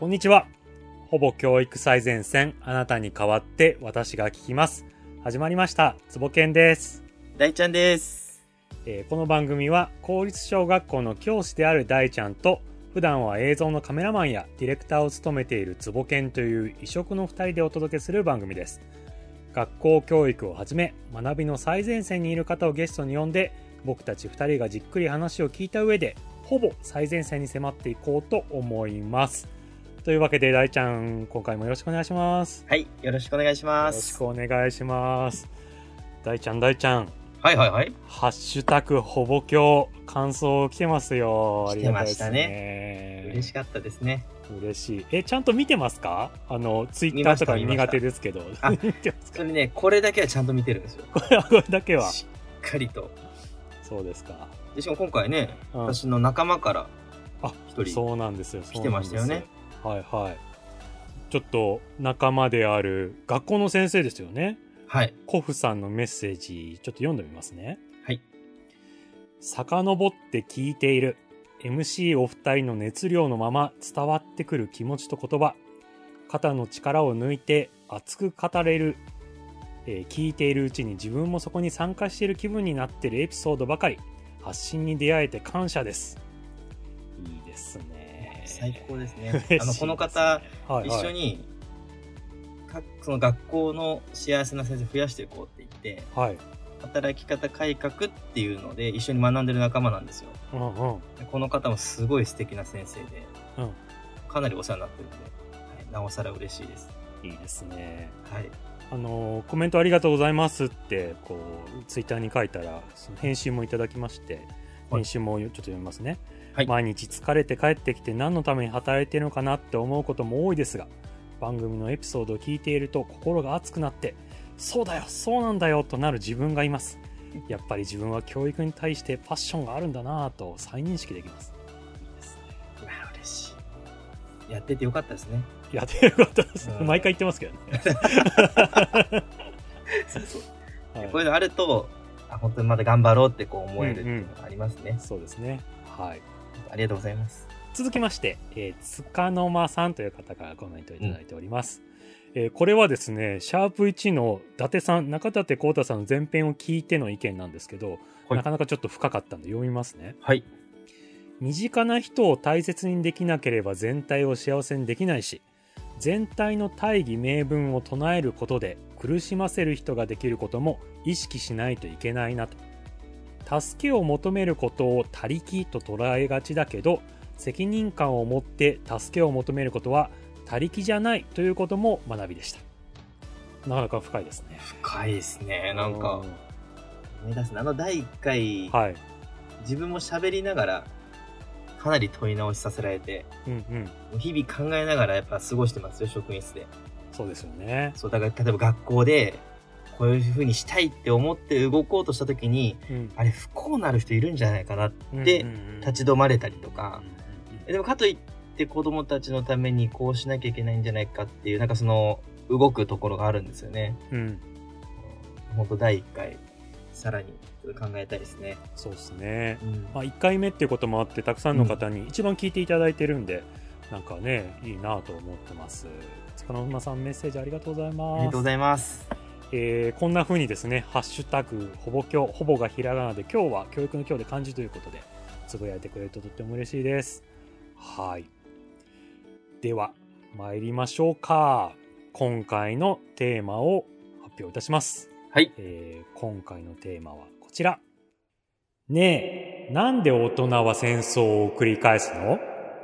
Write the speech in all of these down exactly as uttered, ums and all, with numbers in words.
こんにちは。ほぼ教育最前線、あなたに代わって私が聞きます。始まりました。つぼけんです。 大ちゃんです、 えー、この番組は公立小学校の教師である大ちゃんと、普段は映像のカメラマンやディレクターを務めているつぼけんという異色のふたりでお届けする番組です。学校教育をはじめ、学びの最前線にいる方をゲストに呼んで、僕たちふたりがじっくり話を聞いた上で、ほぼ最前線に迫っていこうと思います。というわけで、大ちゃん、今回もよろしくお願いします。 はい、よろしくお願いします。 よろしくお願いします。大ちゃん、大ちゃん。 はいはいはい。 ハッシュタグほぼ教、感想来てますよ。 来てましたね。 ありがたいですね。 嬉しかったですね。 嬉しい。え、ちゃんと見てますか？あの、ツイッターとか苦手ですけど。 あ、見てますか？それね、これだけはちゃんと見てるんですよ。 これは、これだけは。 しっかりと。 そうですか。 でしかも今回ね、うん、私の仲間から一人そうなんですよ。 来てましたよね。 はいはい。ちょっと仲間である学校の先生ですよね。 はい。 コフさんのメッセージ、ちょっと読んでみますね。 はい。 遡って聞いている エムシー お二人の熱量のまま伝わってくる気持ちと言葉、肩の力を抜いて熱く語れる、えー、聞いているうちに自分もそこに参加している気分になっているエピソードばかり、発信に出会えて感謝です。いいですね。 最高ですね。あのこの方、はいはい、一緒にその学校の幸せな先生増やしていこうって言って、はい、働き方改革っていうので一緒に学んでる仲間なんですよ。うんうん、でこの方もすごい素敵な先生で、うん、かなりお世話になってるので、はい、なおさら嬉しいです。 いいですね。 はい。 あのコメントありがとうございますってこうツイッターに書いたらその返信もいただきまして、返信もちょっと読みますね。はい、毎日疲れて帰ってきて何のために働いているのかなって思うことも多いですが、番組のエピソードを聞いていると心が熱くなって、そうだよそうなんだよとなる自分がいます。やっぱり自分は教育に対してパッションがあるんだなと再認識できます。いいですね。 うわ嬉しい。やっててよかったですね。 やっててよかったです、うん、毎回言ってますけどね。 そうそう、はい、こういうのあるとあ本当にまだ頑張ろうってこう思えるっていうのがありますね。 うんうん、そうですね。はい。 ありがとうございます。 続きまして、えー、つかの間さんという方からコメントをいただいております。うん、えー、これはですね、シャープいちの伊達さん、中立幸太さんの前編を聞いての意見なんですけど、はい、なかなかちょっと深かったんで読みますね。 はい。 身近な人を大切にできなければ全体を幸せにできないし、全体の大義名分を唱えることで苦しませる人ができることも意識しないといけないなと。助けを求めることを他力と捉えがちだけど、責任感を持って助けを求めることは他力じゃないということも学びでした。なかなか深いですね。 深いですね。なんか思い出すあのだいいっかい、はい、自分も喋りながらかなり問い直しさせられて、うんうん、日々考えながらやっぱ過ごしてますよ、職員室で。 そうですよね。 そうだから例えば学校でこういう風にしたいって思って動こうとした時に、うん、あれ不幸なる人いるんじゃないかなって立ち止まれたりとか、うんうんうん、でもかといって子供たちのためにこうしなきゃいけないんじゃないかっていうなんかその動くところがあるんですよね。うん、本当だいいっかいさらに考えたいですね。 そうですね。うん、まあいっかいめっていうこともあってたくさんの方に一番聞いていただいてるんで、うん、なんかねいいなと思ってます。塚野馬さんメッセージありがとうございます。 ありがとうございます。 えー、こんな風にですね、ハッシュタグほぼ教、ほぼがひらがなで今日は教育の今日で漢字ということでつぶやいてくれるととっても嬉しいです。はい。では参りましょうか。今回のテーマを発表いたします。 はい。 えー、今回のテーマはこちら。ねえ、なんで大人は戦争を繰り返すの？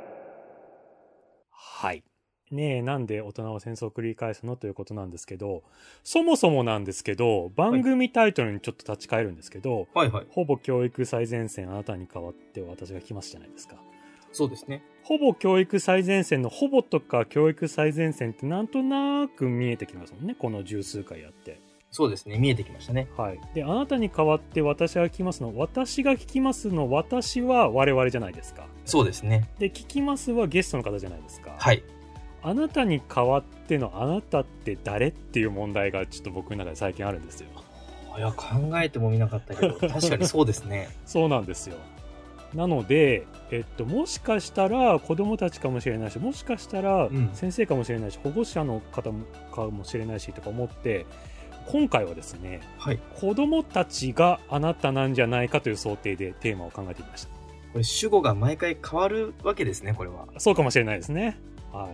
はい。ねえ、なんで大人は戦争を繰り返すのということなんですけど、そもそもなんですけど、番組タイトルにちょっと立ち返るんですけど、 はいはい、 ほぼ教育最前線あなたに代わって私が来ますじゃないですか。 そうですね。 ほぼ教育最前線のほぼとか教育最前線ってなんとなく見えてきますもんね、この十数回やって。 そうですね、見えてきましたね。 はい。で、あなたに代わって私が聞きますの、私が聞きますの、私は我々じゃないですか。 そうですね。 で、聞きますはゲストの方じゃないですか。 はい。 あなたに代わってのあなたって誰っていう問題がちょっと僕の中で最近あるんですよ。 いや考えてもみなかったけど確かにそうですね。 そうなんですよ。 なので、えっと、もしかしたら子どもたちかもしれないし、もしかしたら先生かもしれないし、うん、保護者の方かもしれないしとか思って、今回はですね、はい、子どもたちがあなたなんじゃないかという想定でテーマを考えてみました。 これ主語が毎回変わるわけですね、これは。 そうかもしれないですね。はい、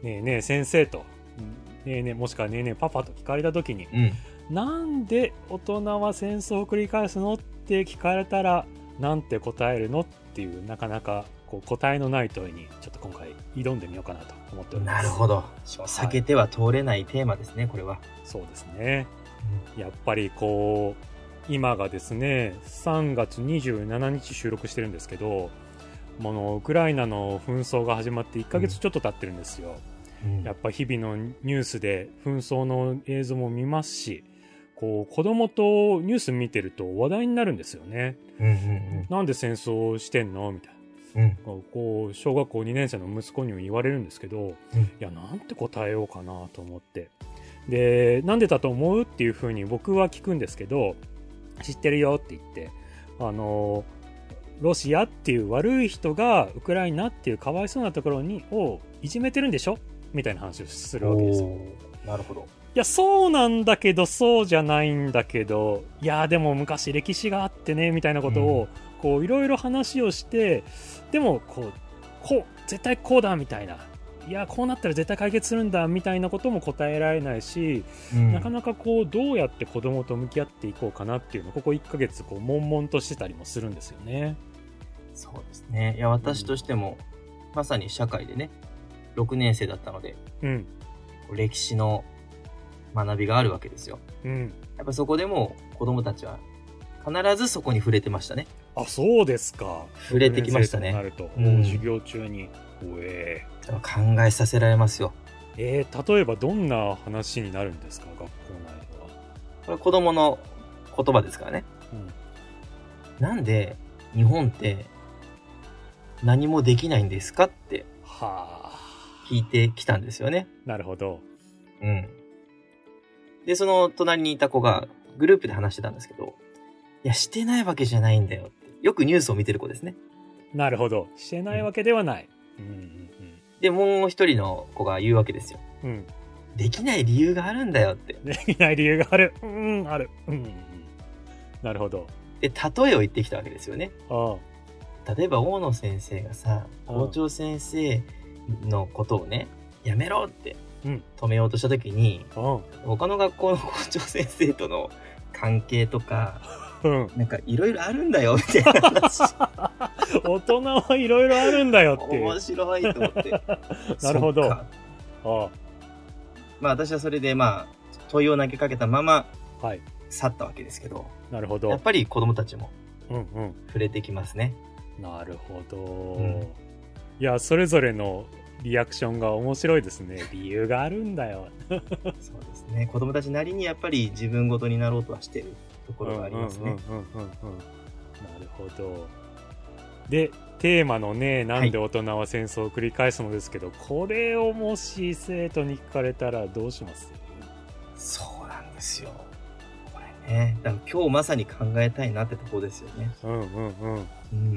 ねえねえ先生と、ねえねえもしくはねえねえパパと聞かれた時に、うん、なんで大人は戦争を繰り返すのって聞かれたらなんて答えるのっていう、なかなかこう答えのない問いにちょっと今回挑んでみようかなと思っております。 なるほど。避けては通れないテーマですね、これは。 そうですね、うん、やっぱりこう今がですねさんがつにじゅうしちにち収録してるんですけど、ものウクライナの紛争が始まっていっかげつちょっと経ってるんですよ、うん、やっぱ日々のニュースで紛争の映像も見ますし、こう子供とニュース見てると話題になるんですよね、うんうんうん、なんで戦争してんのみたいな、うん、こう小学校にねん生の息子にも言われるんですけど、うん、いやなんて答えようかなと思って、でなんでだと思うっていうふうに僕は聞くんですけど、知ってるよって言って、あのロシアっていう悪い人がウクライナっていうかわいそうなところにをいじめてるんでしょみたいな話をするわけですよ。 なるほど。 いやそうなんだけどそうじゃないんだけど、いやでも昔歴史があってねみたいなことを、うん、こういろいろ話をして、でもこうこう絶対こうだみたいな、いやこうなったら絶対解決するんだみたいなことも答えられないし、うん、なかなかこうどうやって子供と向き合っていこうかなっていうのをここいっかげつこう悶々としてたりもするんですよね。 そうですね。いや私としても、うん、まさに社会でねろくねん生だったので、うん、歴史の学びがあるわけですよ、うん、やっぱそこでも子供たちは必ずそこに触れてましたね。 あ、そうですか。 触れてきましたね。 なると、もう授業中に、うん、えー、考えさせられますよ。 えー、例えばどんな話になるんですか、学校内では。 これ子供の言葉ですからね、うん、なんで日本って何もできないんですかって聞いてきたんですよね。 なるほど。 うん。で、その隣にいた子がグループで話してたんですけど、いや、してないわけじゃないんだよって。よくニュースを見てる子ですね。 なるほど。してないわけではない。うんうんうん、 で、もう一人の子が言うわけですよ。うん。できない理由があるんだよって。 できない理由がある。うん、ある。うん。なるほど。 で、例えを言ってきたわけですよね。ああ。例えば、大野先生がさ、校長先生のことをね、やめろって止めようとしたときに、うん、他の学校の校長先生との関係とか、うん、なんかいろいろあるんだよみたいな話。 大人はいろいろあるんだよっていう。 面白いと思って。 なるほど。ああ、 まあ私はそれでまあ問いを投げかけたまま去ったわけですけど、はい、 なるほど。 やっぱり子供たちも触れてきますね。 うんうん、なるほど、うん。いや、それぞれのリアクションが面白いですね。理由があるんだよ。そうですね。子供たちなりにやっぱり自分ごとになろうとはしてるところがありますね。なるほど。で、テーマのね、なんで大人は戦争を繰り返すのですけど、はい、これをもし生徒に聞かれたらどうします？ そうなんですよ。これね、だから今日まさに考えたいなってところですよね。うんうんうん。うん。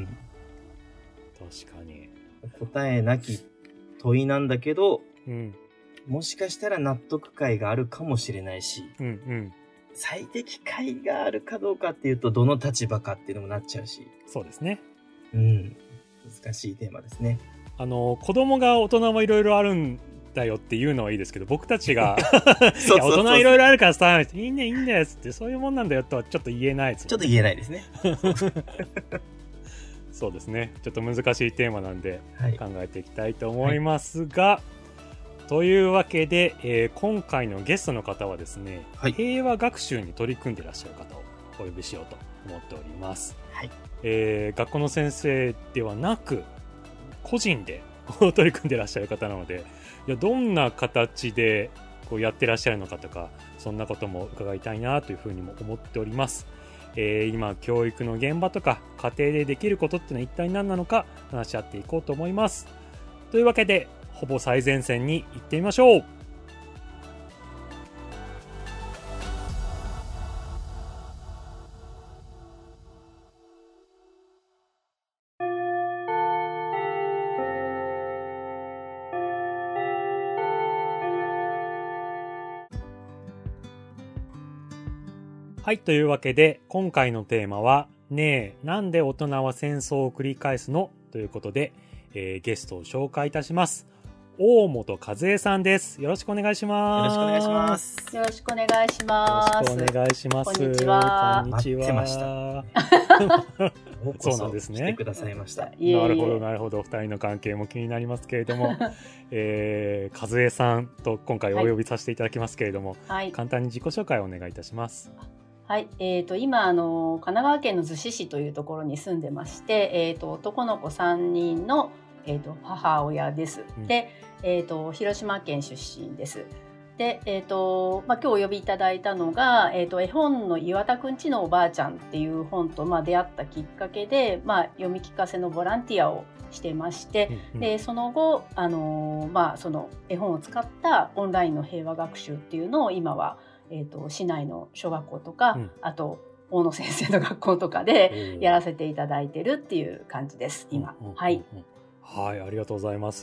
確かに。 答えなき問いなんだけど、うん、もしかしたら納得感があるかもしれないし、うんうん、最適解があるかどうかっていうとどの立場かっていうのもなっちゃうし。 そうですね。 うん、難しいテーマですね。 あの子供が大人もいろいろあるんだよっていうのはいいですけど、僕たちがいや大人いろいろあるからさ、いいねいいねっつってそういうもんなんだよとはちょっと言えないです、ね、 ちょっと言えないですね。 そうですね。ちょっと難しいテーマなんで考えていきたいと思いますが、はい、というわけで、えー、今回のゲストの方はですね、はい、平和学習に取り組んでいらっしゃる方をお呼びしようと思っております。はい、えー、学校の先生ではなく個人で取り組んでいらっしゃる方なので、いやどんな形でこうやってらっしゃるのかとか、そんなことも伺いたいなというふうにも思っております。えー、今教育の現場とか家庭でできることってのは一体何なのか話し合っていこうと思います。というわけでほぼ最前線に行ってみましょう。 はい、というわけで今回のテーマはねえなんで大人は戦争を繰り返すのということで、えー、ゲストを紹介いたします。大本和恵さんです。よろしくお願いします。 よろしくお願いします。 よろしくお願いします。 よろしくお願いします。 こんにちは。 こんにちは。 待ってました。 そうなんですね。 来てくださいました。 なるほどなるほど。二人の関係も気になりますけれども、えー、和恵さんと今回お呼びさせていただきますけれども、はい、簡単に自己紹介をお願いいたします。 はい、えーと、今あの神奈川県の逗子市というところに住んでまして、えーと、男の子さんにんの、えーと、母親です。うん、で、えーと、広島県出身です。で、えーとまあ、今日お呼びいただいたのが、えーと、絵本の岩田くんちのおばあちゃんっていう本と、まあ、出会ったきっかけで、まあ、読み聞かせのボランティアをしてまして、うんうん、でその後、あのーまあ、その絵本を使ったオンラインの平和学習っていうのを今はえーと、市内の小学校とか、うん、あと大野先生の学校とかでやらせていただいてるっていう感じです今、うんうんうん、はい、 はい、ありがとうございます。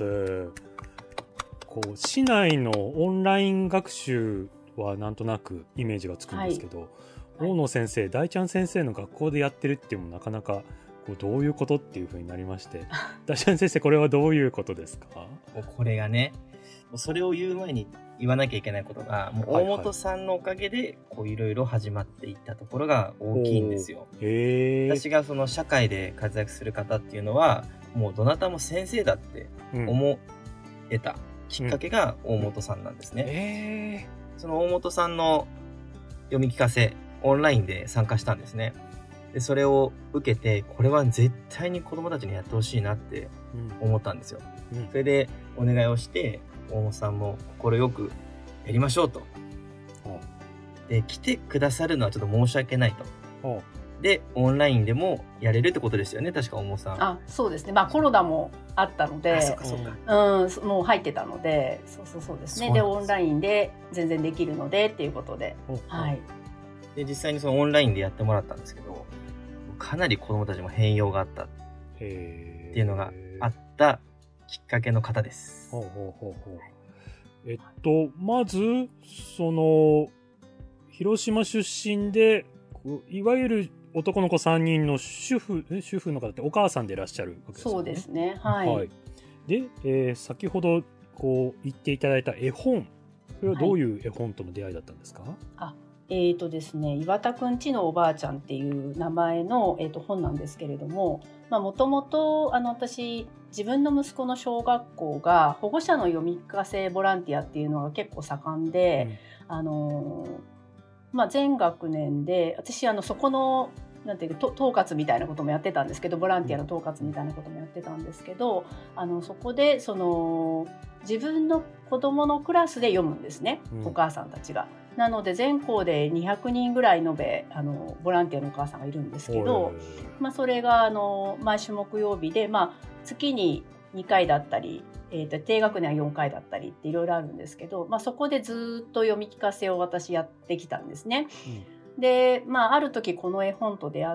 こう市内のオンライン学習はなんとなくイメージがつくんですけど、はい、大野先生、大ちゃん先生の学校でやってるっていうのもなかなかこうどういうことっていう風になりまして大ちゃん先生、これはどういうことですか？ これがね、それを言う前に言わなきゃいけないことが、もう大本さんのおかげでこういろいろ始まっていったところが大きいんですよ。 へー。 私がその社会で活躍する方っていうのはもうどなたも先生だって思えたきっかけが大本さんなんですね。 うんうん、へー。その大本さんの読み聞かせオンラインで参加したんですね。でそれを受けて、これは絶対に子どもたちにやってほしいなって思ったんですよ。うんうん、それでお願いをして大本さんも快くやりましょうと。で来てくださるのはちょっと申し訳ないと。でオンラインでもやれるってことですよね、確か大本さん。 あ、そうですね。まあコロナもあったので、 あ、そうかそうか、 うん、もう入ってたので、そうそうそうですね。でオンラインで全然できるのでっていうことで、はい。 で実際にそのオンラインでやってもらったんですけど、かなり子どもたちも変容があったっていうのがあったきっかけの方です。 ほうほうほうほう。えっとまずその広島出身でいわゆる男の子さんにんの主婦主婦の方ってお母さんでいらっしゃるわけですよね。 そうですね。はい。はい、 で、えー、先ほどこう言っていただいた絵本、それはどういう絵本との出会いだったんですか？はい、 あ、えーとですね、岩田くんちのおばあちゃんっていう名前の、えーと本なんですけれども、もともと私自分の息子の小学校が保護者の読み聞かせボランティアっていうのが結構盛んで、うん、あのまあ、全学年で私あのそこのなんていうか統括みたいなこともやってたんですけど、ボランティアの統括みたいなこともやってたんですけど、あのそこでその自分の子どものクラスで読むんですね、うん、お母さんたちが。なので全校でにひゃくにんぐらい延べあのボランティアのお母さんがいるんですけど、まあ、それがあの毎週木曜日で、まあ、月ににかいだったり、えーと、低学年はよんかいだったりっていろいろあるんですけど、まあ、そこでずっと読み聞かせを私やってきたんですね。うん、で、まあ、ある時この絵本と出会って、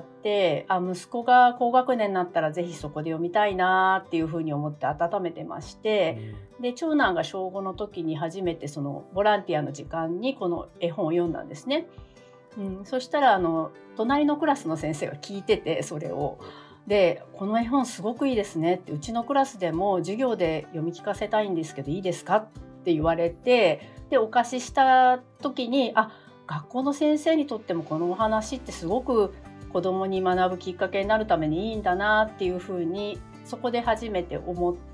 あ、息子が高学年になったらぜひそこで読みたいなっていうふうに思って温めてまして、うん、で長男が小ごの時に初めてそのボランティアの時間にこの絵本を読んだんですね。うん、そしたらあの隣のクラスの先生が聞いてて、それをでこの絵本すごくいいですねって、うちのクラスでも授業で読み聞かせたいんですけどいいですかって言われて、でお貸しした時に、あ、学校の先生にとってもこのお話ってすごく子どもに学ぶきっかけになるためにいいんだなっていうふうにそこで初めて思って、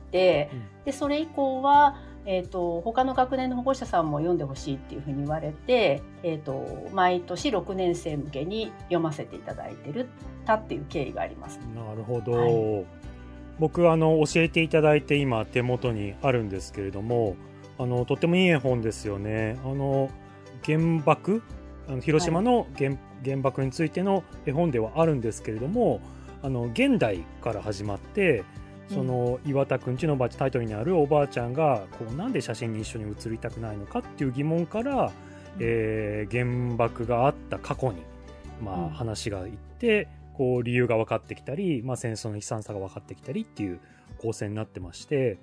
うん、でそれ以降は、えーと、他の学年の保護者さんも読んでほしいっていうふうに言われて、えーと、毎年ろくねん生向けに読ませていただいてるたっていう経緯があります。 なるほど、はい、 僕あの教えていただいて今手元にあるんですけれども、あのとってもいい絵本ですよね。あの原爆あの広島の 原,、はい、原爆についての絵本ではあるんですけれども、あの現代から始まって、その岩田くんちのおばあちゃん、タイトルにあるおばあちゃんがこうなんで写真に一緒に写りたくないのかっていう疑問から、うん、えー、原爆があった過去に、まあ、うん、話がいってこう理由が分かってきたり、まあ、戦争の悲惨さが分かってきたりっていう構成になってまして、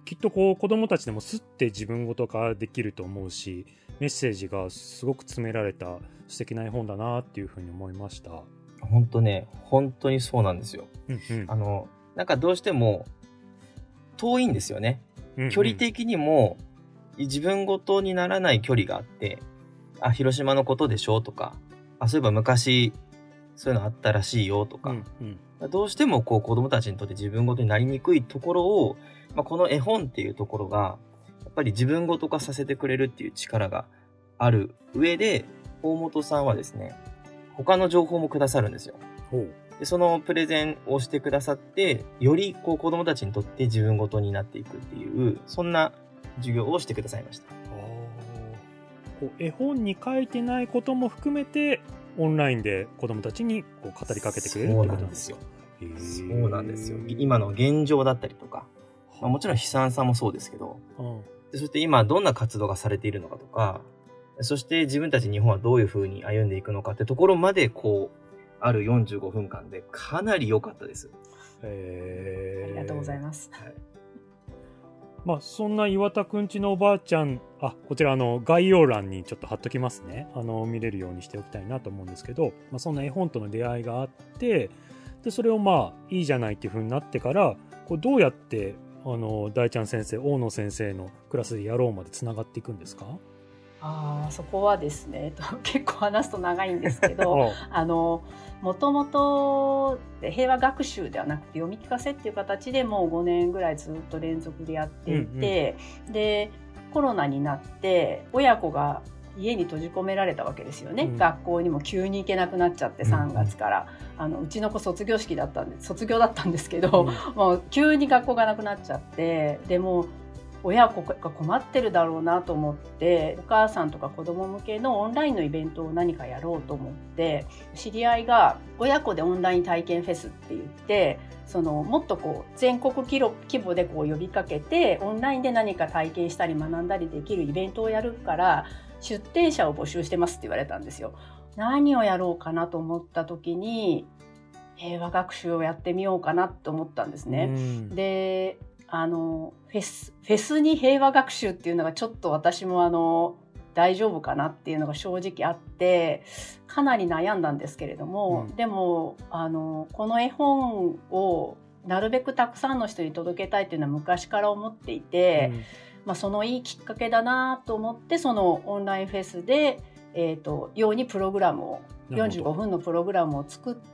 きっとこう子どもたちでもすって自分ごと化できると思うし、メッセージがすごく詰められた素敵な絵本だなっていうふうに思いました。 本当ね、本当にそうなんですよ。 うんうん、 あのなんかどうしても遠いんですよね、うんうん、距離的にも自分ごとにならない距離があって、あ、広島のことでしょとか、あ、そういえば昔そういうのあったらしいよとか、うんうん、どうしてもこう子どもたちにとって自分ごとになりにくいところを、まあ、この絵本っていうところがやっぱり自分ごと化させてくれるっていう力がある上で、大本さんはですね、他の情報もくださるんですよ。ほう。でそのプレゼンをしてくださって、よりこう子どもたちにとって自分ごとになっていくっていう、そんな授業をしてくださいました。 こう絵本に書いてないことも含めてオンラインで子どもたちにこう語りかけてくれるってことなんですよ。 そうなんですよ。今の現状だったりとか、まあ、もちろん悲惨さもそうですけど、うん、でそして今どんな活動がされているのかとか、そして自分たち日本はどういうふうに歩んでいくのかってところまでこうあるよんじゅうごふんかんでかなり良かったです。 へー、ありがとうございます。はい、 まあ、そんな岩田くんちのおばあちゃん、あ、こちらあの概要欄にちょっと貼っときますね。あの見れるようにしておきたいなと思うんですけど、まあ、そんな絵本との出会いがあって、でそれをまあいいじゃないっていう風になってから、こうどうやってあの大ちゃん先生、大野先生のクラスでやろうまでつながっていくんですか？ あ、そこはですね、結構話すと長いんですけどあのもともと平和学習ではなくて読み聞かせっていう形でもうごねんぐらいずっと連続でやっていて、うんうん、でコロナになって親子が家に閉じ込められたわけですよね、うん、学校にも急に行けなくなっちゃってさんがつから、うん、あのうちの子卒業式だったんで卒業だったんですけど、うん、もう急に学校がなくなっちゃって、でも親子が困ってるだろうなと思って、お母さんとか子供向けのオンラインのイベントを何かやろうと思って、知り合いが親子でオンライン体験フェスって言って、そのもっとこう全国規模でこう呼びかけてオンラインで何か体験したり学んだりできるイベントをやるから出展者を募集してますって言われたんですよ。何をやろうかなと思った時に平和学習をやってみようかなと思ったんですね。であのフェス、フェスに平和学習っていうのがちょっと私もあの大丈夫かなっていうのが正直あって、かなり悩んだんですけれども、うん、でもあのこの絵本をなるべくたくさんの人に届けたいっていうのは昔から思っていて、うん、まあ、そのいいきっかけだなと思って、そのオンラインフェスで、えーと、ようにプログラムをよんじゅうごふんのプログラムを作って、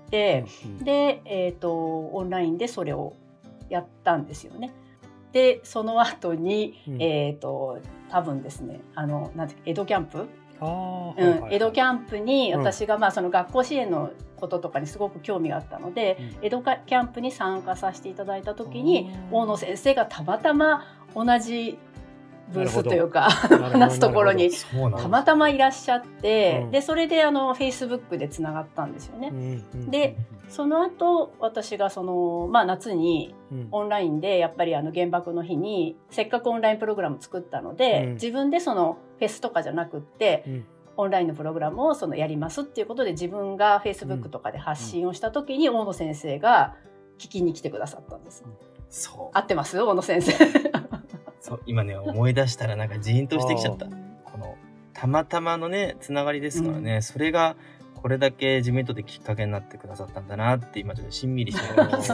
うんうん、で、えーと、オンラインでそれをやったんですよね。でその後に、うん、えーと多分ですね、あのなんて江戸キャンプ、あ、うんはいはい、江戸キャンプに私が、うん、まあ、その学校支援のこととかにすごく興味があったので、うん、江戸キャンプに参加させていただいた時に大野先生がたまたま同じブースというか話すところにたまたまいらっしゃって、うん、でそれであの Facebook でつながったんですよね、うんうん、でその後私がその、まあ、夏にオンラインでやっぱりあの原爆の日にせっかくオンラインプログラム作ったので、うん、自分でそのフェスとかじゃなくって、うん、オンラインのプログラムをそのやりますっていうことで自分が Facebook とかで発信をした時に大野先生が聞きに来てくださったんです。そう合ってます大野先生そう今ね思い出したらなんかジーンとしてきちゃったこのたまたまのねつながりですからね、うん、それがこれだけ自分にとってきっかけになってくださったんだなって今ちょっとしんみりしてます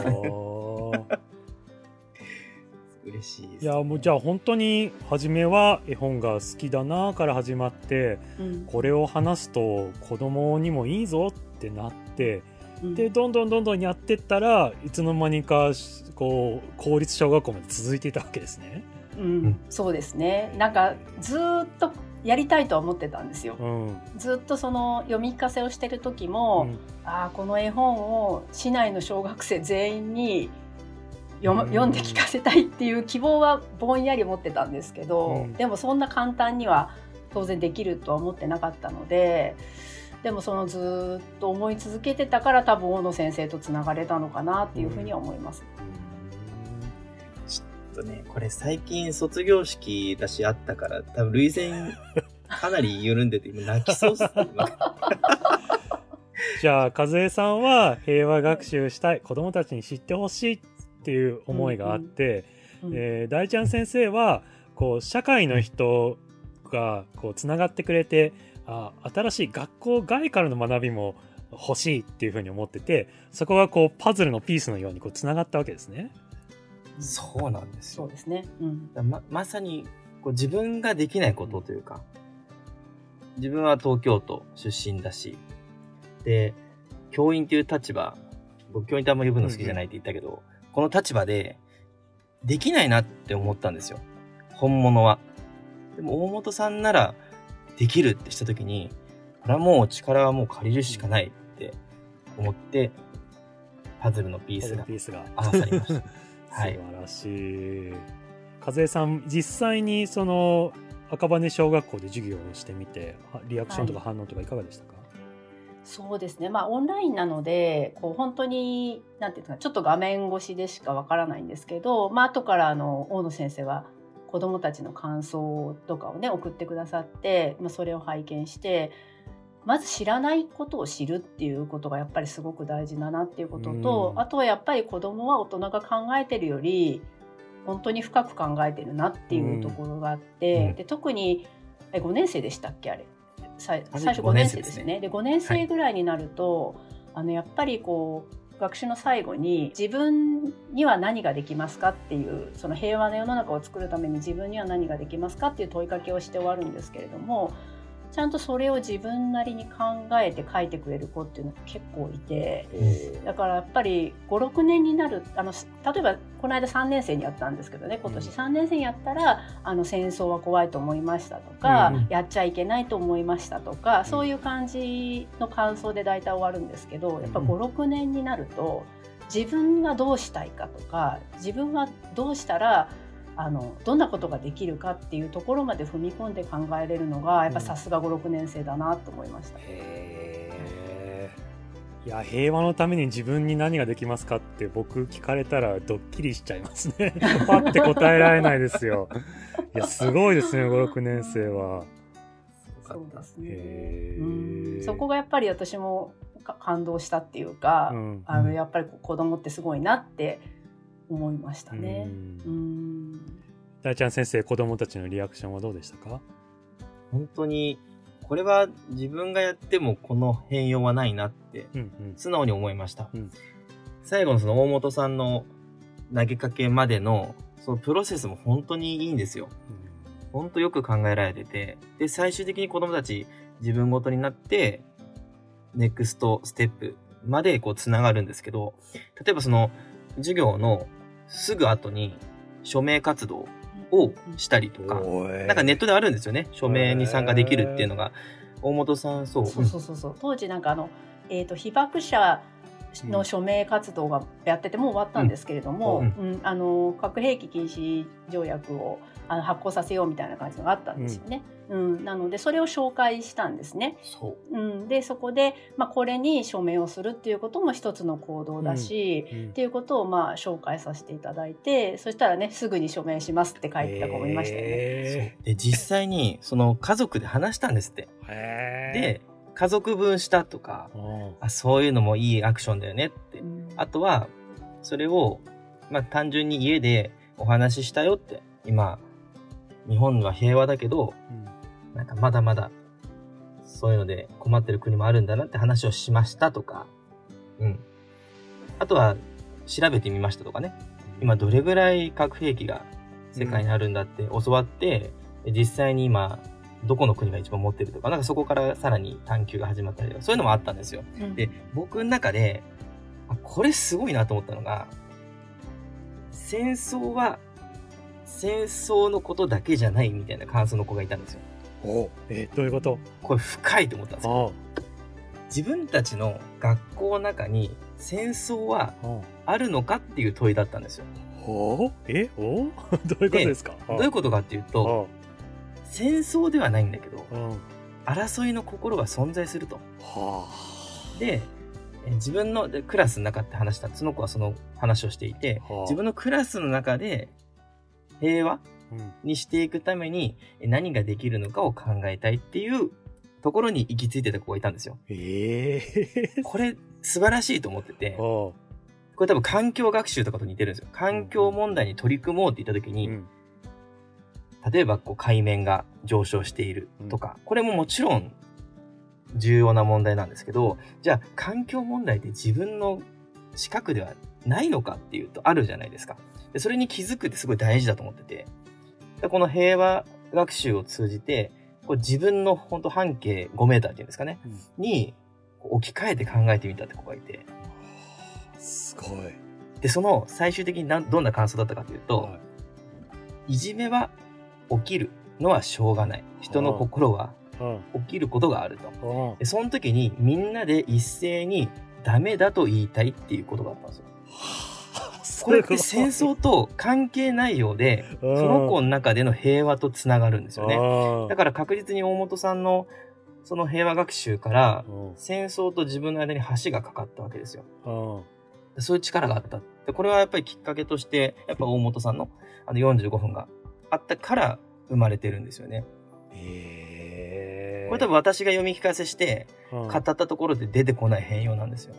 嬉しいです、ね、 いやもうじゃあ本当に初めは絵本が好きだなから始まって、うん、これを話すと子供にもいいぞってなって、うん、でどんどんどんどんやってったらいつの間にかこう公立小学校まで続いていたわけですね。 うん、そうですね。なんかずっとやりたいとは思ってたんですよ、うん、ずっとその読み聞かせをしてる時も、うん、あこの絵本を市内の小学生全員に読, 読んで聞かせたいっていう希望はぼんやり持ってたんですけど、うん、でもそんな簡単には当然できるとは思ってなかったので、でもそのずっと思い続けてたから多分大野先生とつながれたのかなっていうふうには思います、 うん、ちょっとねこれ最近卒業式だしあったから多分涙腺かなり緩んでて今泣きそうっすじゃあ和江さんは平和学習したい子どもたちに知ってほしいっていう思いがあって、 うんえー、大ちゃん先生はこう社会の人がこうつながってくれて、あ新しい学校外からの学びも欲しいっていうふうに思ってて、そこがこうパズルのピースのようにこうつながったわけですね。 そうなんですよ。 そうですね、うん、 ま, まさにこう自分ができないことというか、自分は東京都出身だし、で教員という立場、僕教員ってあんま呼ぶの好きじゃないって言ったけど、うんうん、この立場でできないなって思ったんですよ、本物は。でも大本さんならできるってした時に、これはもう力はもう借りるしかないって思って、パズルのピースが合わさりましたはい、 素晴らしい。和江さん、実際にその赤羽小学校で授業をしてみて、リアクションとか反応とかいかがでしたか？はい、 そうですね、まあオンラインなのでこう本当になんていうかちょっと画面越しでしかわからないんですけど、まあ後からあの大野先生は子どもたちの感想とかをね送ってくださって、まあ、それを拝見して、まず知らないことを知るっていうことがやっぱりすごく大事だなっていうことと、あとはやっぱり子どもは大人が考えてるより本当に深く考えてるなっていうところがあって、で特にえごねん生でしたっけあれ最初ごねん生ですよね。でごねん生ぐらいになると、はい、あのやっぱりこう学習の最後に自分には何ができますかっていう、その平和な世の中を作るために自分には何ができますかっていう問いかけをして終わるんですけれども、ちゃんとそれを自分なりに考えて書いてくれる子っていうのが結構いて、だからやっぱりごろくねんになる、あの例えばこの間さんねん生にやったんですけどね、今年さんねん生にやったらあの戦争は怖いと思いましたとか、うん、やっちゃいけないと思いましたとか、そういう感じの感想で大体終わるんですけど、やっぱごろくねんになると自分がどうしたいかとか、自分はどうしたらあのどんなことができるかっていうところまで踏み込んで考えれるのがやっぱさすがごろくねん生だなと思いました。うん、 へー、いや平和のために自分に何ができますかって僕聞かれたらドッキリしちゃいますねパッて答えられないですよ。いやすごいですね、ごろくねん生は。 そうですね、うん、そこがやっぱり私も感動したっていうか、うん、あのやっぱり子供ってすごいなって思いましたね。うん、 大ちゃん先生、子供たちのリアクションはどうでしたか？ 本当にこれは自分がやってもこの変容はないなって素直に思いました。うんうん、最後のその大本さんの投げかけまでのそのプロセスも本当にいいんですよ。うん、本当よく考えられてて、で最終的に子供たち自分ごとになってネクストステップまでこうつながるんですけど、例えばその授業のすぐ後に署名活動をしたりとか、なんかネットであるんですよね、署名に参加できるっていうのが。大本さん、そうそうそうそうそう、当時なんかあの、えーと、被爆者の署名活動がやっててもう終わったんですけれども、うんうん、あの核兵器禁止条約をあの発行させようみたいな感じのがあったんですよね。うんうん、なのでそれを紹介したんですね。そう、うん、でそこで、まあ、これに署名をするっていうことも一つの行動だし、うんうん、っていうことをまあ紹介させていただいて、そしたらねすぐに署名しますって書いてた子もいましたよね。 そうで実際にその家族で話したんですって。で家族分したとか、あそういうのもいいアクションだよねって、うん、あとはそれを、まあ、単純に家でお話ししたよって、今日本は平和だけど、うん、なんかまだまだそういうので困ってる国もあるんだなって話をしましたとか、うん、あとは調べてみましたとかね、今どれぐらい核兵器が世界にあるんだって教わって、うん、実際に今どこの国が一番持ってるとか、なんかそこからさらに探求が始まったりとか、そういうのもあったんですよ。うん、で、僕の中であこれすごいなと思ったのが、戦争は戦争のことだけじゃないみたいな感想の子がいたんですよ。 おえー、どういうこと？ これ深いと思ったんですよ。自分たちの学校の中に戦争はあるのかっていう問いだったんですよ。 おえおどういうことですか？ どういうことかっていうと、戦争ではないんだけど、争いの心が存在すると。はあ、で自分のクラスの中って話したその子はその話をしていて、はあ、自分のクラスの中で平和にしていくために何ができるのかを考えたいっていうところに行き着いてた子がいたんですよ。えー、これ素晴らしいと思ってて、ここれ多分環境学習とかと似てるんですよ。環境問題に取り組もうって言った時に、うん、例えばこう海面が上昇しているとか、うん、これももちろん重要な問題なんですけど、じゃあ環境問題って自分の近くではないのかっていうとあるじゃないですか。でそれに気づくってすごい大事だと思ってて、でこの平和学習を通じてこう自分の本当半径ごメーターっていうんですかね、うん、に置き換えて考えてみたって子がいて、 すごい。 でその最終的に何どんな感想だったかというと、はい、いじめは起きるのはしょうがない、人の心は起きることがあると。でその時にみんなで一斉にダメだと言いたいっていうことがあったんですよ。これって戦争と関係ないようで、その子の中での平和とつながるんですよね。だから確実に大本さんのその平和学習から戦争と自分の間に橋がかかったわけですよ。そういう力があった。でこれはやっぱりきっかけとしてやっぱ大本さんのあのよんじゅうごふんがあったから生まれてるんですよね。へー。これ多分私が読み聞かせして語ったところで出てこない変容なんですよ。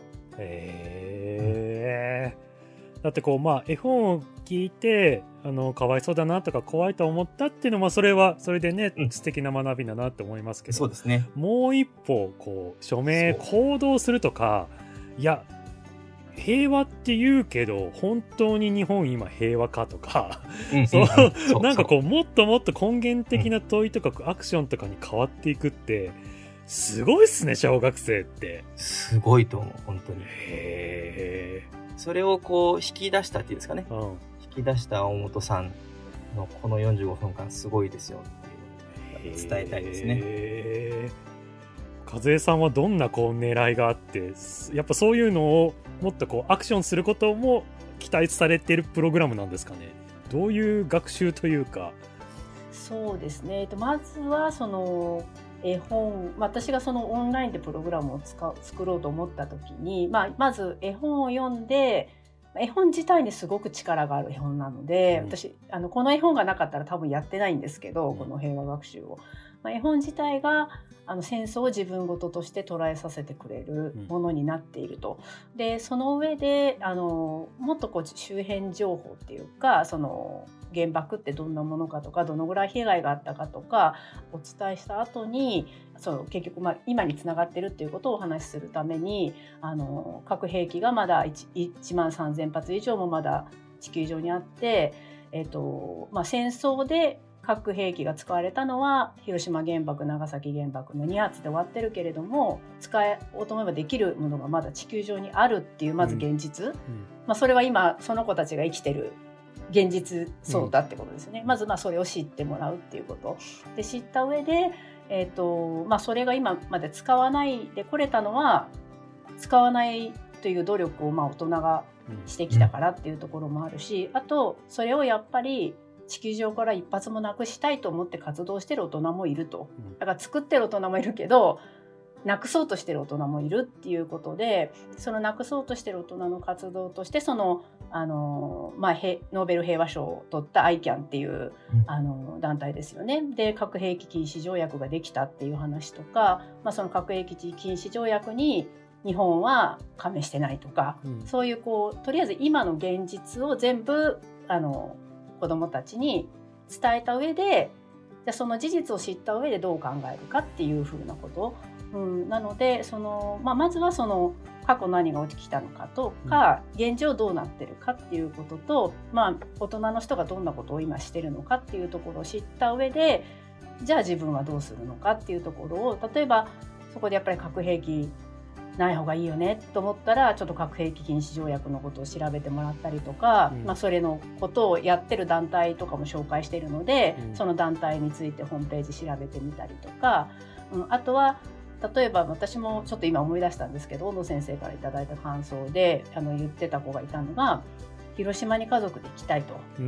へー。だってこうまあ絵本を聞いてあのかわいそうだなとか怖いと思ったっていうのはそれはそれでね、うん、素敵な学びだなって思いますけど、 そうですね。 もう一歩こう署名行動するとか、いや平和って言うけど本当に日本今平和かとか、そうなんかこうもっともっと根源的な問いとか、うん、アクションとかに変わっていくってすごいっすね、小学生って。 すごいと思う本当に。 へー。 それをこう引き出したっていうんですかね、うん、引き出した大本さんのこのよんじゅうごふんかんすごいですよっていう伝えたいですね。 和江さんはどんなこう狙いがあって、やっぱそういうのをもっとこうアクションすることも期待されているプログラムなんですかね。どういう学習というか。 そうですね、まずはその絵本、私がそのオンラインでプログラムを使う作ろうと思った時に、まあ、まず絵本を読んで、絵本自体にすごく力がある絵本なので、うん、私あのこの絵本がなかったら多分やってないんですけど、この平和学習を、まあ、絵本自体があの戦争を自分事として捉えさせてくれるものになっていると。でその上であのもっとこう周辺情報っていうか、その原爆ってどんなものかとか、どのぐらい被害があったかとかお伝えした後に、その結局まあ今につながってるっていうことをお話しするために、あの核兵器がまだ いちまんさんぜんぱつ以上もまだ地球上にあって、えっとまあ、戦争で核兵器が使われたのは広島原爆、長崎原爆のにはつで終わってるけれども、使おうと思えばできるものがまだ地球上にあるっていうまず現実、うんうん、まあ、それは今その子たちが生きてる現実そうだってことですね、うん、まずまあそれを知ってもらうっていうことで、知った上で、えーとまあ、それが今まで使わないでこれたのは使わないという努力をまあ大人がしてきたからっていうところもあるし、あとそれをやっぱり地球上から一発もなくしたいと思って活動してる大人もいると。だから作ってる大人もいるけどなくそうとしてる大人もいるっていうことで、そのなくそうとしてる大人の活動として、そのあの、まあ、ノーベル平和賞を取った アイキャン っていうあの団体ですよね。で核兵器禁止条約ができたっていう話とか、まあ、その核兵器禁止条約に日本は加盟してないとか、うん、そういうこうとりあえず今の現実を全部あの子どもたちに伝えた上で、じゃあその事実を知った上でどう考えるかっていうふうなこと、うん、なのでその、まあ、まずはその過去何が起きたのかとか、うん、現状どうなってるかっていうことと、まあ、大人の人がどんなことを今してるのかっていうところを知った上で、じゃあ自分はどうするのかっていうところを、例えばそこでやっぱり核兵器ない方がいいよねと思ったら、ちょっと核兵器禁止条約のことを調べてもらったりとか、うん、まあ、それのことをやってる団体とかも紹介しているので、うん、その団体についてホームページ調べてみたりとか、うん、あとは例えば私もちょっと今思い出したんですけど、小野先生からいただいた感想であの言ってた子がいたのが、広島に家族で行きたいと。うん、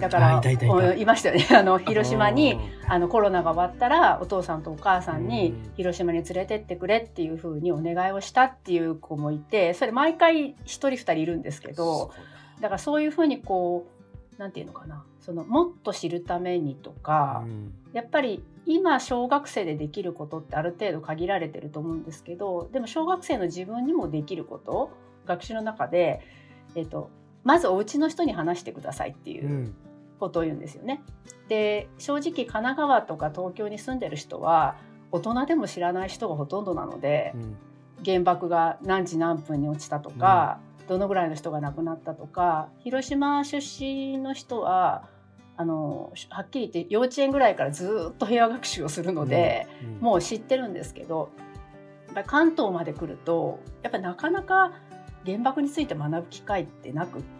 だからいましたよね。あの広島にあのコロナが終わったらお父さんとお母さんに広島に連れてってくれっていうふうにお願いをしたっていう子もいて、それ毎回一人二人いるんですけど、だからそういうふうにこうなんていうのかな、そのもっと知るためにとか、やっぱり今小学生でできることってある程度限られてると思うんですけど、でも小学生の自分にもできること、学習の中でえーと、まずお家の人に話してくださいっていうことを言うんですよね。で正直神奈川とか東京に住んでる人は大人でも知らない人がほとんどなので、うん、原爆が何時何分に落ちたとか、うん、どのぐらいの人が亡くなったとか、広島出身の人はあのはっきり言って幼稚園ぐらいからずっと平和学習をするので、うんうん、もう知ってるんですけど、やっぱり関東まで来るとやっぱりなかなか原爆について学ぶ機会ってなくって、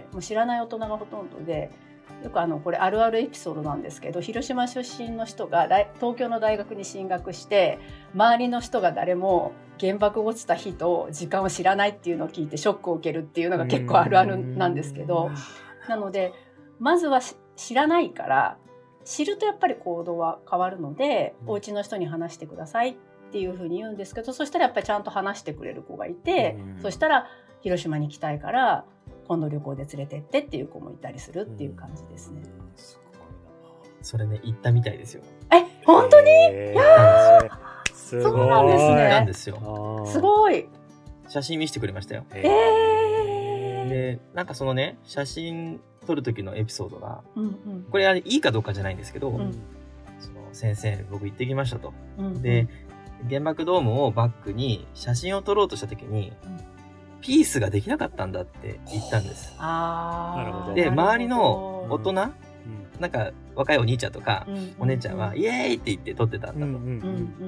もう知らない大人がほとんどで、よくあのこれあるあるエピソードなんですけど、広島出身の人が東京の大学に進学して周りの人が誰も原爆落ちた日と時間を知らないっていうのを聞いてショックを受けるっていうのが結構あるあるなんですけど、なのでまずは知らないから、知るとやっぱり行動は変わるので、お家の人に話してくださいっていうふうに言うんですけど、そしたらやっぱりちゃんと話してくれる子がいて、そしたら広島に行きたいから今度旅行で連れてってっていう子もいたりするっていう感じですね。 すごいな。それね、行ったみたいですよ。 え、本当に？ えー、 いやすそうなんですね。 なんですよ。 すごい。 写真見せてくれましたよ。 えー、で、なんかそのね、写真撮る時のエピソードが、 うんうん、 これあれいいかどうかじゃないんですけど、うん、その先生僕行ってきましたと。うんうん、で、原爆ドームをバックに写真を撮ろうとした時に、うん、ピースができなかったんだって言ったんです。 あなるほど。で、周りの大人、うん、なんか若いお兄ちゃんとか、うん、お姉ちゃんは、うん、イエーイって言って撮ってたんだと、うん、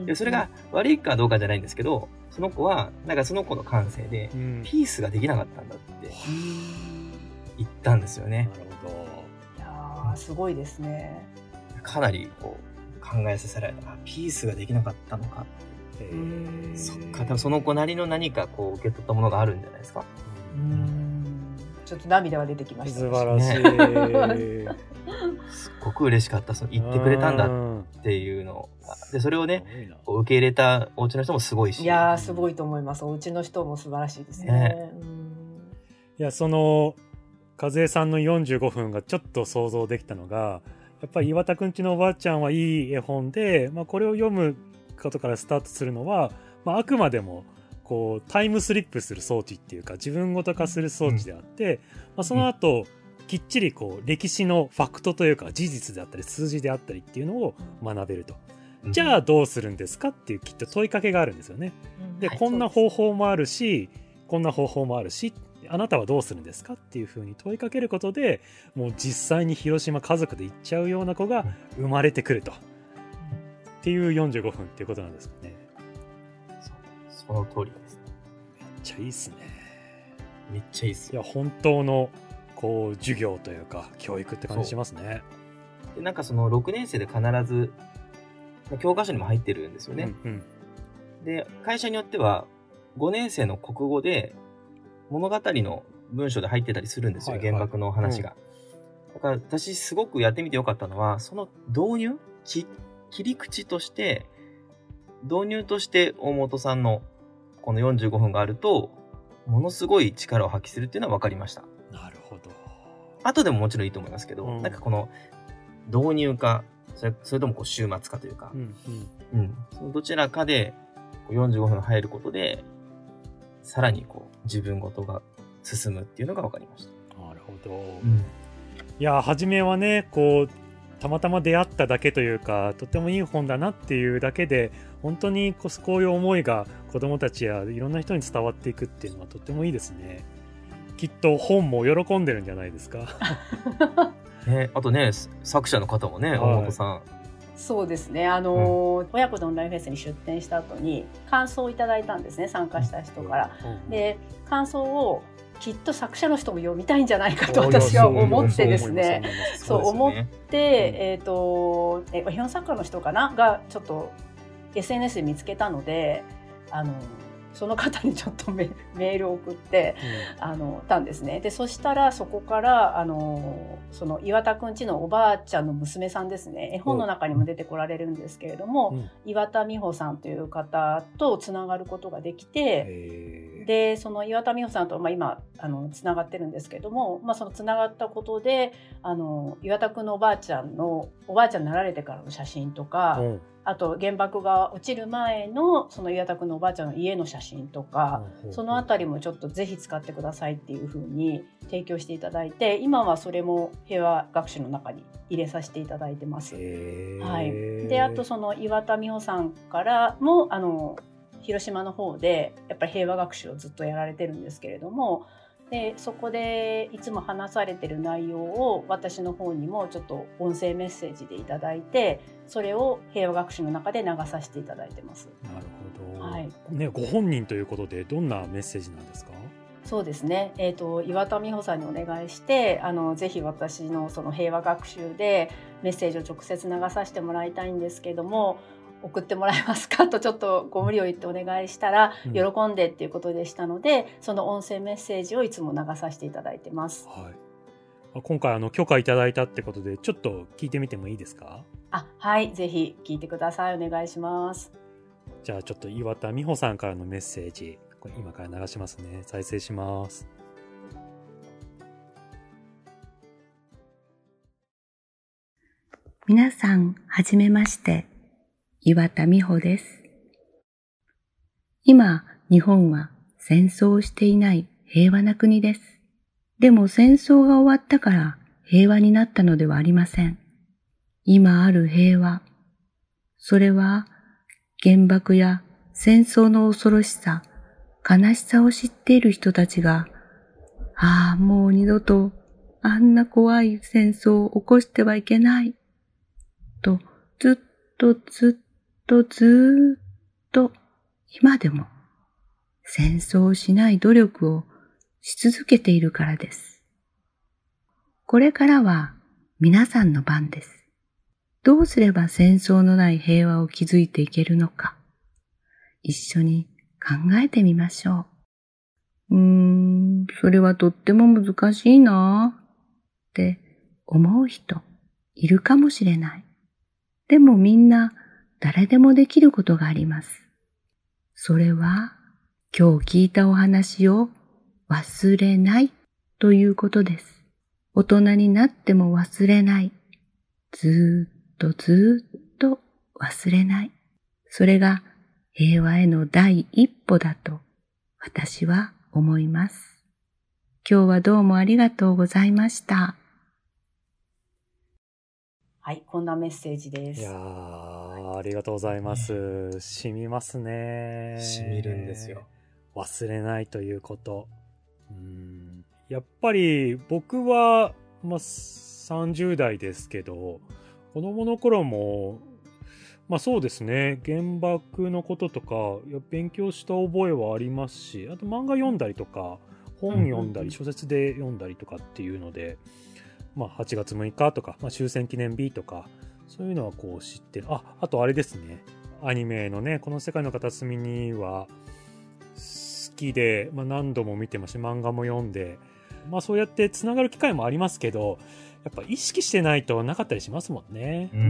でそれが悪いかどうかじゃないんですけど、その子はなんかその子の感性で、うん、ピースができなかったんだって言ったんですよね。 なるほど。いやー、すごいですね。 かなりこう考えさせられた。ピースができなかったのかって。そっか、多分その子なりの何かこう受け取ったものがあるんじゃないですか。 うーん、ちょっと涙が出てきました。 素晴らしい。 すっごく嬉しかった。その言ってくれたんだっていうので、それをねこう受け入れたお家の人もすごいし。 いやー、すごいと思います。お家の人も素晴らしいですね。ね、うん、 いや、その和江さんのよんじゅうごふんがちょっと想像できたのが、やっぱり岩田くんちのおばあちゃんはいい絵本で、まあ、これを読むことからスタートするのは、まあ、あくまでもこうタイムスリップする装置っていうか自分ごと化する装置であって、うん、まあ、その後、うん、きっちりこう歴史のファクトというか事実であったり数字であったりっていうのを学べると、うん、じゃあどうするんですかっていうきっと問いかけがあるんですよね。うん、で、はい、こんな方法もあるしこんな方法もあるし、あなたはどうするんですかっていう風に問いかけることで、もう実際に広島家族で行っちゃうような子が生まれてくると、っていうよんじゅうごふんっていうことなんですかね。 そ, その通りです。 めっちゃいいっすね。 めっちゃいいっす。 いや、本当のこう授業というか教育って感じしますね。 で、なんかそのろくねん生で必ず教科書にも入ってるんですよね。うんうん、で、会社によってはごねん生の国語で物語の文章で入ってたりするんですよ、はいはい、原爆の話が、うん、だから私すごくやってみてよかったのは、その導入き切り口として導入として大本さんのこのよんじゅうごふんがあるとものすごい力を発揮するっていうのは分かりました。 なるほど。 後でももちろんいいと思いますけど、うん、なんかこの導入かそれ、それともこう終末かというか、うんうんうん、そのどちらかでよんじゅうごふん入ることでさらにこう自分ごとが進むっていうのが分かりました。 なるほど、うん、いや、初めはねこうたまたま出会っただけというか、とてもいい本だなっていうだけで本当にこういう思いが子どもたちやいろんな人に伝わっていくっていうのはとてもいいですね。きっと本も喜んでるんじゃないですか。 ね、あとね作者の方もね、大本さん。 そうですね、あの、うん、親子でオンラインフェスに出展した後に感想をいただいたんですね、参加した人から。うん、で、感想をきっと作者の人も読みたいんじゃないかと私は思ってですね、そう思って、えっと絵本作家の人かながちょっと エスエヌエス で見つけたので、あのその方にちょっと メ, メールを送って、うん、あのたんですね。でそしたらそこからあのその岩田くんちのおばあちゃんの娘さんですね、絵本の中にも出てこられるんですけれども、うん、岩田美穂さんという方とつながることができて、でその岩田美穂さんと、まあ、今あのつながってるんですけれども、まあ、そのつながったことであの岩田くんのおばあちゃんのおばあちゃんになられてからの写真とか、うん、 あと原爆が落ちる前のその岩田くんのおばあちゃんの家の写真とか、そのあたりもちょっとぜひ使ってくださいっていう風に提供していただいて、今はそれも平和学習の中に入れさせていただいてます。はい、であとその岩田美穂さんからもあの広島の方でやっぱり平和学習をずっとやられてるんですけれども、でそこでいつも話されてる内容を私の方にもちょっと音声メッセージでいただいて、それを平和学習の中で流させていただいてます。 なるほど、 はいね、ご本人ということでどんなメッセージなんですか？ そうですね、えーと、岩田美穂さんにお願いしてあのぜひ私のその平和学習でメッセージを直接流させてもらいたいんですけども、送ってもらえますかとちょっとご無理を言ってお願いしたら、うん、喜んでっていうことでしたので、その音声メッセージをいつも流させていただいてます。 はい、今回あの許可いただいたってことでちょっと聞いてみてもいいですか？ あ、はい、ぜひ聞いてください。お願いします。 じゃあちょっと岩田美穂さんからのメッセージ、これ今から流しますね。再生します。 皆さんはじめまして、岩田美穂です。今、日本は戦争をしていない平和な国です。でも戦争が終わったから平和になったのではありません。今ある平和、それは原爆や戦争の恐ろしさ、悲しさを知っている人たちが、ああ、もう二度とあんな怖い戦争を起こしてはいけない、とずっとずっとずーっと今でも戦争をしない努力をし続けているからです。これからは皆さんの番です。どうすれば戦争のない平和を築いていけるのか、一緒に考えてみましょう。うーん、それはとっても難しいなって思う人いるかもしれない。でもみんな誰でもできることがあります。それは今日聞いたお話を忘れないということです。大人になっても忘れない。ずーっとずーっと忘れない。それが平和への第一歩だと私は思います。今日はどうもありがとうございました。 はい、こんなメッセージです。 いやー、ありがとうございます。染みますね。 染みるんですよ。 忘れないということ。うーん、やっぱり僕は、まあ、さんじゅう代ですけど、子供の頃も、まあそうですね、原爆のこととかいや勉強した覚えはありますし、あと漫画読んだりとか、本読んだり、小説で読んだりとかっていうので、まあ、はちがつむいかとか、まあ、終戦記念日とか、そういうのはこう知ってる。あ、あとあれですね。アニメのね、この世界の片隅には好きで、まあ、何度も見てますし、漫画も読んで、まあそうやってつながる機会もありますけど、やっぱ意識してないとなかったりしますもんね。 うん、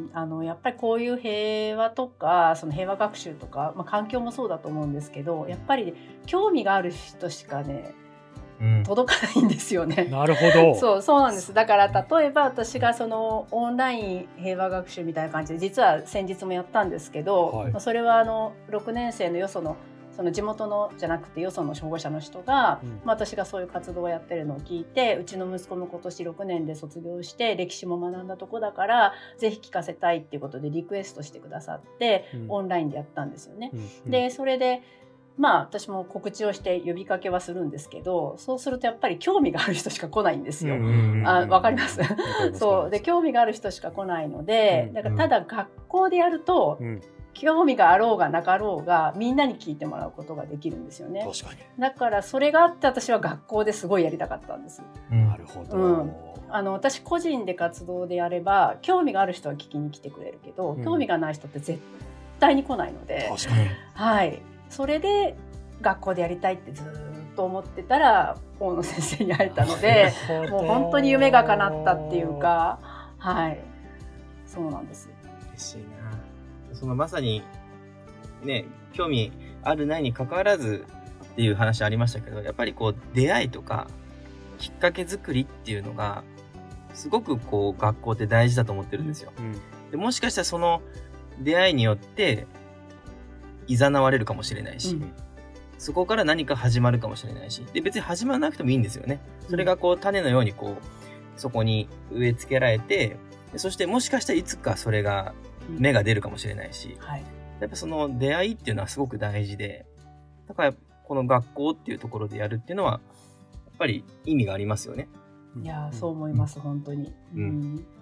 あのやっぱりこういう平和とか、その平和学習とか、まあ、環境もそうだと思うんですけど、やっぱり興味がある人しかね、うん、届かないんですよね。 なるほど。 そう、そうなんです。だから例えば私がそのオンライン平和学習みたいな感じで実は先日もやったんですけど、はい、それはあのろくねん生のよそのその地元のじゃなくてよその保護者の人が、うん、まあ、私がそういう活動をやってるのを聞いて、うちの息子も今年ろくねんで卒業して歴史も学んだとこだからぜひ聞かせたいっていうことでリクエストしてくださって、うん、オンラインでやったんですよね。うんうん、でそれでまあ私も告知をして呼びかけはするんですけど、そうするとやっぱり興味がある人しか来ないんですよ。あ、わかります。そうで興味がある人しか来ないので、だからただ学校でやると、うん、興味があろうがなかろうがみんなに聞いてもらうことができるんですよね。 確かに。 だからそれがあって私は学校ですごいやりたかったんです。 うん、なるほど。 うん、あの私個人で活動でやれば興味がある人は聞きに来てくれるけど、うん、興味がない人って絶対に来ないので、 確かに。 はい。それで学校でやりたいってずっと思ってたら大野先生に会えたのでもう本当に夢が叶ったっていうか、はい、そうなんです。 嬉しいな。そのまさにね、興味あるないに関わらずっていう話ありましたけど、やっぱりこう出会いとかきっかけ作りっていうのがすごくこう学校って大事だと思ってるんですよ。うん、でもしかしたらその出会いによって誘われるかもしれないし、 うん、 そこから何か始まるかもしれないし、で別に始まらなくてもいいんですよね。それがこう種のようにこうそこに植え付けられて、そしてもしかしたらいつかそれが芽が出るかもしれないし、 うん、はい、 やっぱその出会いっていうのはすごく大事で、だからこの学校っていうところでやるっていうのはやっぱり意味がありますよね。 いやそう思います、うん、本当に、うん、